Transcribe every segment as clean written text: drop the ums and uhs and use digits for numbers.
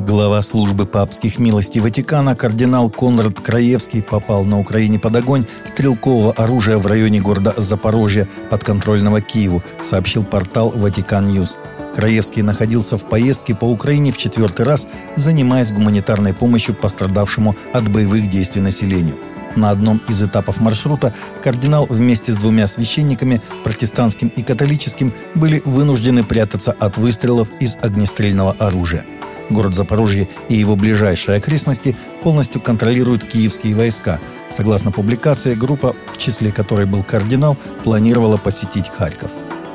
Глава службы папских милостей Ватикана кардинал Конрад Краевский попал на Украине под огонь стрелкового оружия в районе города Запорожье, подконтрольного Киеву, сообщил портал Vatican News. Краевский находился в поездке по Украине в 4-й раз, занимаясь гуманитарной помощью пострадавшему от боевых действий населению. На одном из этапов маршрута кардинал вместе с 2 священниками, протестантским и католическим, были вынуждены прятаться от выстрелов из огнестрельного оружия. Город Запорожье и его ближайшие окрестности полностью контролируют киевские войска. Согласно публикации, группа, в числе которой был кардинал, планировала посетить Харьков.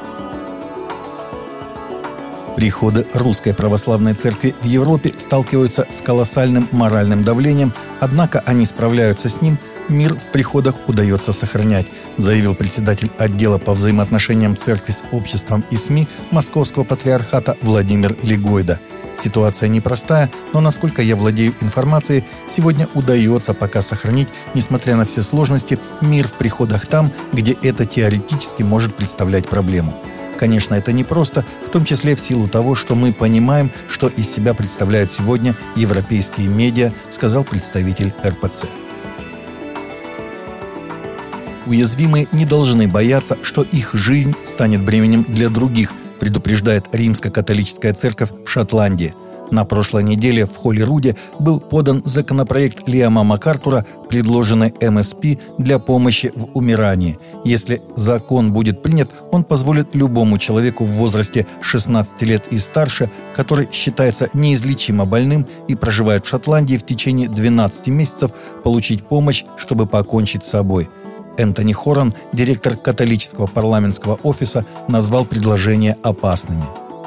Приходы Русской Православной Церкви в Европе сталкиваются с колоссальным моральным давлением, однако они справляются с ним, мир в приходах удается сохранять, заявил председатель отдела по взаимоотношениям Церкви с обществом и СМИ Московского патриархата Владимир Легойда. Ситуация непростая, но, насколько я владею информацией, сегодня удается пока сохранить, несмотря на все сложности, мир в приходах там, где это теоретически может представлять проблему. Конечно, это непросто, в том числе в силу того, что мы понимаем, что из себя представляют сегодня европейские медиа, сказал представитель РПЦ. Уязвимые не должны бояться, что их жизнь станет бременем для других, предупреждает Римско-католическая церковь в Шотландии. На прошлой неделе в Холлируде был подан законопроект Лиама Макартура, предложенный МСП для помощи в умирании. Если закон будет принят, он позволит любому человеку в возрасте 16 лет и старше, который считается неизлечимо больным и проживает в Шотландии в течение 12 месяцев, получить помощь, чтобы покончить с собой. Энтони Хоран, директор католического парламентского офиса, назвал предложения опасными.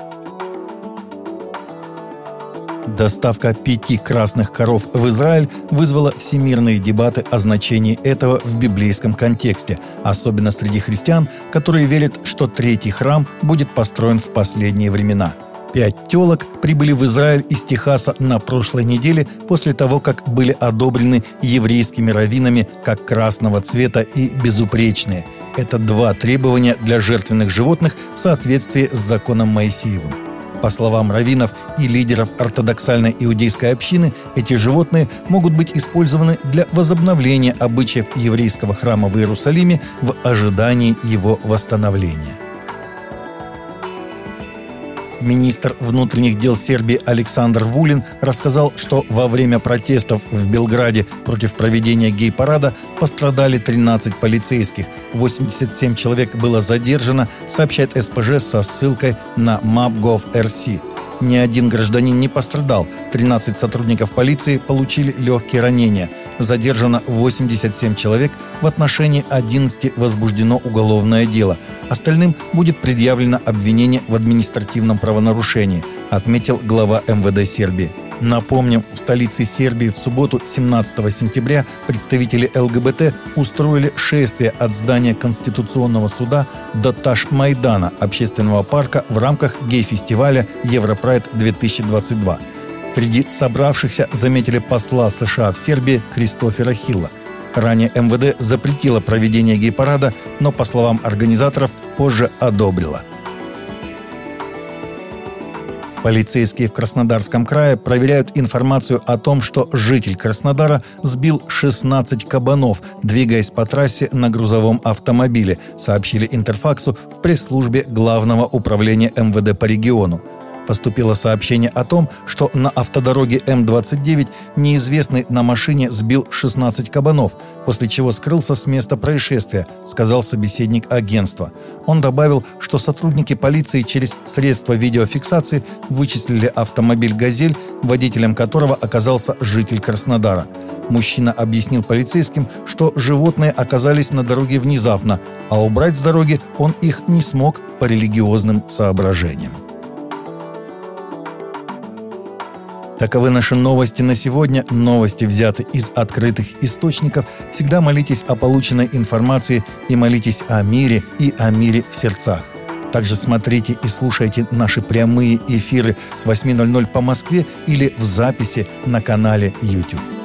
Доставка 5 красных коров в Израиль вызвала всемирные дебаты о значении этого в библейском контексте, особенно среди христиан, которые верят, что 3-й храм будет построен в последние времена. 5 телок прибыли в Израиль из Техаса на прошлой неделе после того, как были одобрены еврейскими раввинами как красного цвета и безупречные. Это 2 требования для жертвенных животных в соответствии с законом Моисеевым. По словам раввинов и лидеров ортодоксальной иудейской общины, эти животные могут быть использованы для возобновления обычаев еврейского храма в Иерусалиме в ожидании его восстановления. Министр внутренних дел Сербии Александр Вулин рассказал, что во время протестов в Белграде против проведения гей-парада пострадали 13 полицейских, 87 человек было задержано, сообщает СПЖ со ссылкой на map.gov.rc. Ни один гражданин не пострадал, 13 сотрудников полиции получили легкие ранения. Задержано 87 человек, в отношении 11 возбуждено уголовное дело. Остальным будет предъявлено обвинение в административном правонарушении, отметил глава МВД Сербии. Напомним, в столице Сербии в субботу, 17 сентября, представители ЛГБТ устроили шествие от здания Конституционного суда до Таш-Майдана, общественного парка, в рамках гей-фестиваля Европрайд-2022. Среди собравшихся заметили посла США в Сербии Кристофера Хилла. Ранее МВД запретило проведение гей-парада, но, по словам организаторов, позже одобрило. Полицейские в Краснодарском крае проверяют информацию о том, что житель Краснодара сбил 16 кабанов, двигаясь по трассе на грузовом автомобиле, сообщили Интерфаксу в пресс-службе Главного управления МВД по региону. Поступило сообщение о том, что на автодороге М-29 неизвестный на машине сбил 16 кабанов, после чего скрылся с места происшествия, сказал собеседник агентства. Он добавил, что сотрудники полиции через средства видеофиксации вычислили автомобиль «Газель», водителем которого оказался житель Краснодара. Мужчина объяснил полицейским, что животные оказались на дороге внезапно, а убрать с дороги он их не смог по религиозным соображениям. Таковы наши новости на сегодня. Новости взяты из открытых источников. Всегда молитесь о полученной информации и молитесь о мире и о мире в сердцах. Также смотрите и слушайте наши прямые эфиры с 8:00 по Москве или в записи на канале YouTube.